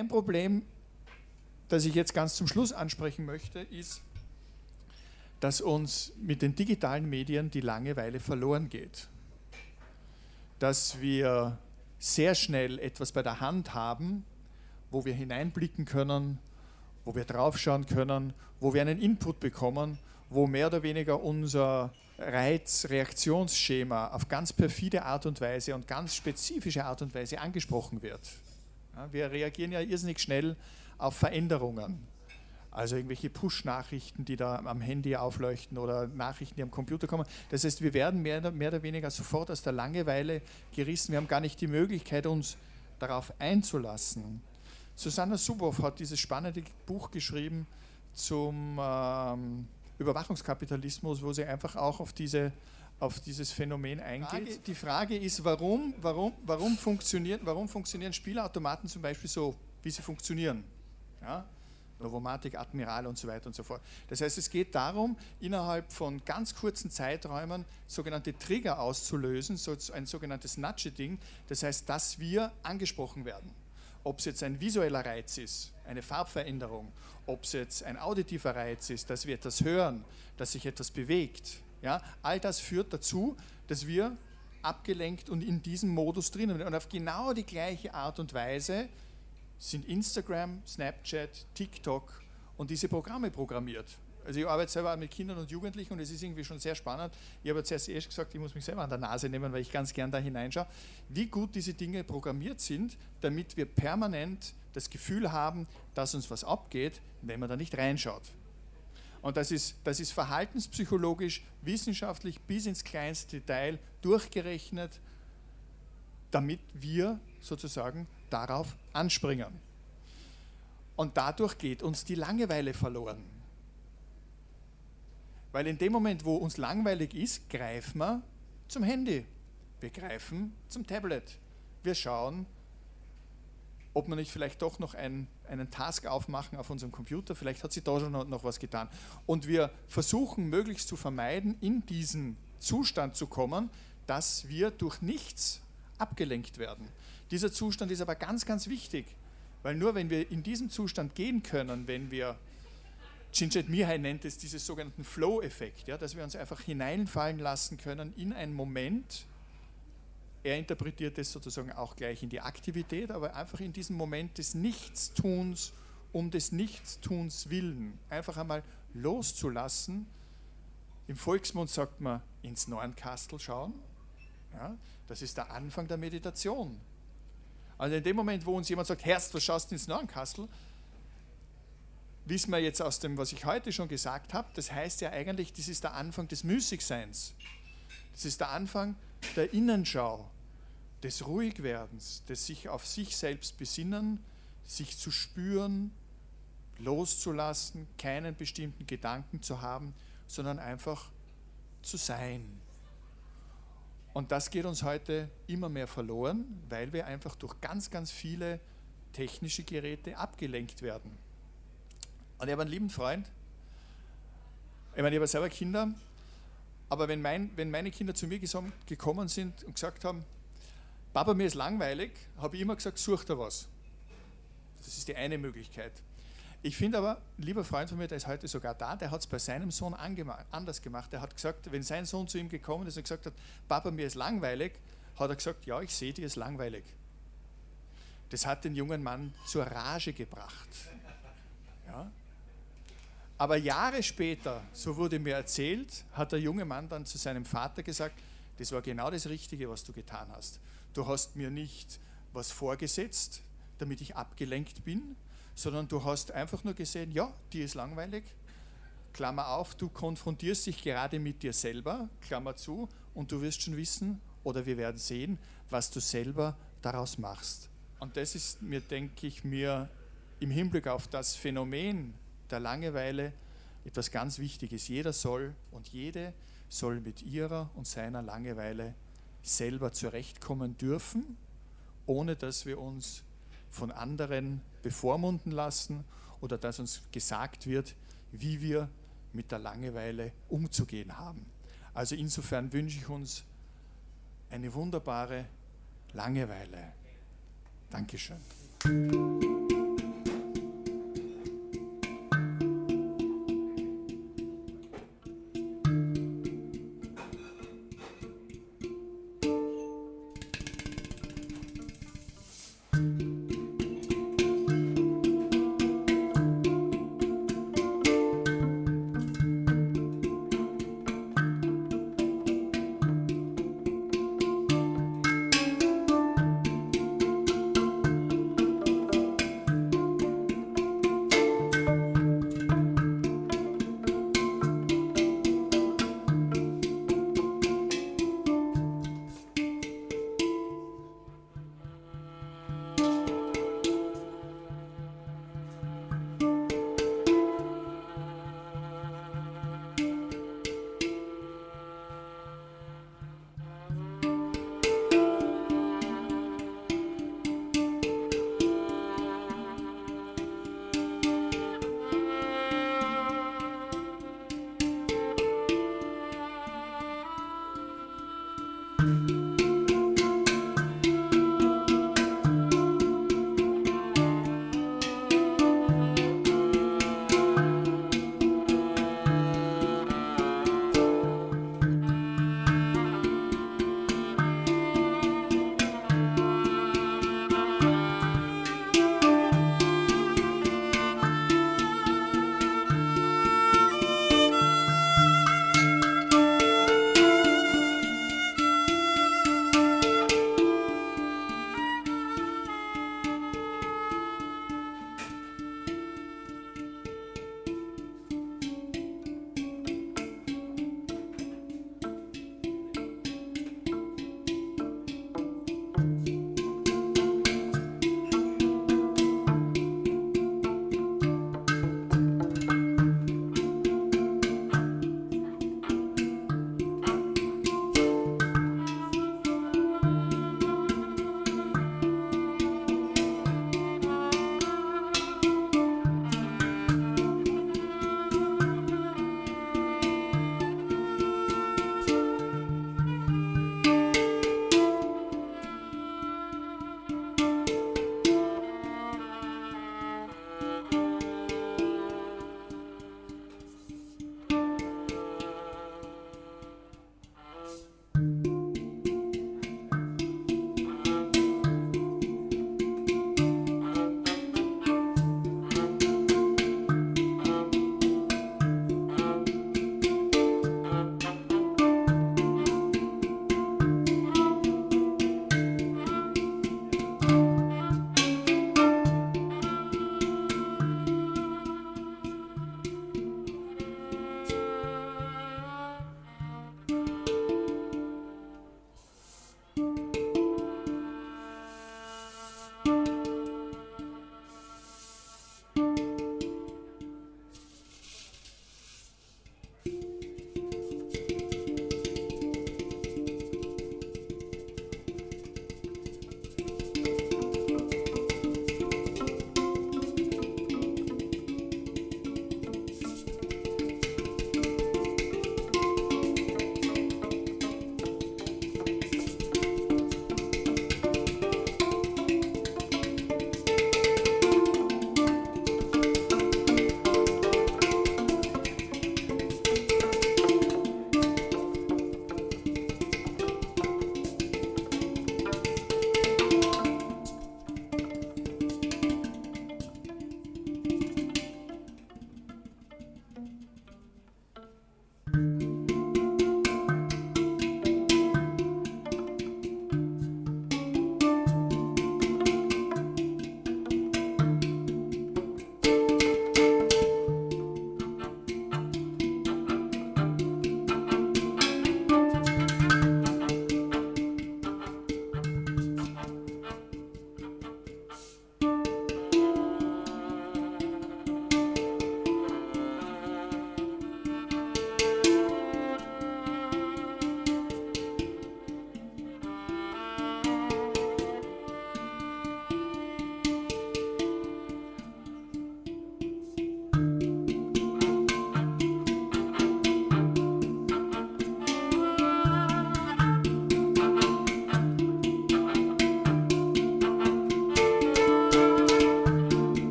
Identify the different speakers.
Speaker 1: ein Problem, das ich jetzt ganz zum Schluss ansprechen möchte, ist, dass uns mit den digitalen Medien die Langeweile verloren geht. Dass wir sehr schnell etwas bei der Hand haben, wo wir hineinblicken können, wo wir draufschauen können, wo wir einen Input bekommen, wo mehr oder weniger unser Reizreaktionsschema auf ganz perfide Art und Weise und ganz spezifische Art und Weise angesprochen wird. Ja, wir reagieren ja irrsinnig schnell auf Veränderungen. Also irgendwelche Push-Nachrichten, die da am Handy aufleuchten oder Nachrichten, die am Computer kommen. Das heißt, wir werden mehr oder weniger sofort aus der Langeweile gerissen. Wir haben gar nicht die Möglichkeit, uns darauf einzulassen. Susanna Zuboff hat dieses spannende Buch geschrieben zum Überwachungskapitalismus, wo sie einfach auch auf dieses Phänomen eingeht. Die Frage ist, warum funktionieren Spielautomaten zum Beispiel so, wie sie funktionieren? Ja? Novomatic, Admiral und so weiter und so fort. Das heißt, es geht darum, innerhalb von ganz kurzen Zeiträumen sogenannte Trigger auszulösen, so ein sogenanntes Nudging, das heißt, dass wir angesprochen werden. Ob es jetzt ein visueller Reiz ist, eine Farbveränderung, ob es jetzt ein auditiver Reiz ist, dass wir etwas hören, dass sich etwas bewegt. Ja? All das führt dazu, dass wir abgelenkt und in diesem Modus drinnen sind. Und auf genau die gleiche Art und Weise sind Instagram, Snapchat, TikTok und diese Programme programmiert. Also ich arbeite selber mit Kindern und Jugendlichen und es ist irgendwie schon sehr spannend. Ich habe jetzt erst gesagt, ich muss mich selber an der Nase nehmen, weil ich ganz gern da hineinschaue, wie gut diese Dinge programmiert sind, damit wir permanent das Gefühl haben, dass uns was abgeht, wenn man da nicht reinschaut. Und das ist verhaltenspsychologisch, wissenschaftlich bis ins kleinste Detail durchgerechnet, damit wir sozusagen darauf anspringen. Und dadurch geht uns die Langeweile verloren. Weil in dem Moment, wo uns langweilig ist, greifen wir zum Handy. Wir greifen zum Tablet. Wir schauen, ob wir nicht vielleicht doch noch einen Task aufmachen auf unserem Computer. Vielleicht hat sich da schon noch was getan. Und wir versuchen möglichst zu vermeiden, in diesen Zustand zu kommen, dass wir durch nichts abgelenkt werden. Dieser Zustand ist aber ganz, ganz wichtig, weil nur wenn wir in diesem Zustand gehen können, wenn wir, Csikszentmihalyi Mihai nennt es dieses sogenannten Flow-Effekt, ja, dass wir uns einfach hineinfallen lassen können in einen Moment, er interpretiert es sozusagen auch gleich in die Aktivität, aber einfach in diesem Moment des Nichtstuns, um des Nichtstuns willen, einfach einmal loszulassen. Im Volksmund sagt man, ins Nornkastel schauen. Ja, das ist der Anfang der Meditation. Also in dem Moment, wo uns jemand sagt, Herrst, was schaust du ins Nornkastel, wissen wir jetzt aus dem, was ich heute schon gesagt habe, das heißt ja eigentlich, das ist der Anfang des Müßigseins. Das ist der Anfang der Innenschau, des Ruhigwerdens, des sich auf sich selbst besinnen, sich zu spüren, loszulassen, keinen bestimmten Gedanken zu haben, sondern einfach zu sein. Und das geht uns heute immer mehr verloren, weil wir einfach durch ganz, ganz viele technische Geräte abgelenkt werden. Und ich habe einen lieben Freund, ich meine, ich habe selber Kinder, aber wenn meine Kinder zu mir gekommen sind und gesagt haben, Papa, mir ist langweilig, habe ich immer gesagt, such dir was. Das ist die eine Möglichkeit. Ich finde aber, ein lieber Freund von mir, der ist heute sogar da, der hat es bei seinem Sohn anders gemacht. Der hat gesagt, wenn sein Sohn zu ihm gekommen ist und gesagt hat, Papa, mir ist langweilig, hat er gesagt, ja, ich sehe, dir ist langweilig. Das hat den jungen Mann zur Rage gebracht. Ja? Aber Jahre später, so wurde mir erzählt, hat der junge Mann dann zu seinem Vater gesagt, das war genau das Richtige, was du getan hast. Du hast mir nicht was vorgesetzt, damit ich abgelenkt bin, sondern du hast einfach nur gesehen, ja, dir ist langweilig, Klammer auf, du konfrontierst dich gerade mit dir selber, Klammer zu, und du wirst schon wissen, oder wir werden sehen, was du selber daraus machst. Und das ist mir, denke ich, mir im Hinblick auf das Phänomen der Langeweile etwas ganz Wichtiges. Jeder soll und jede soll mit ihrer und seiner Langeweile selber zurechtkommen dürfen, ohne dass wir uns von anderen bevormunden lassen oder dass uns gesagt wird, wie wir mit der Langeweile umzugehen haben. Also insofern wünsche ich uns eine wunderbare Langeweile. Dankeschön.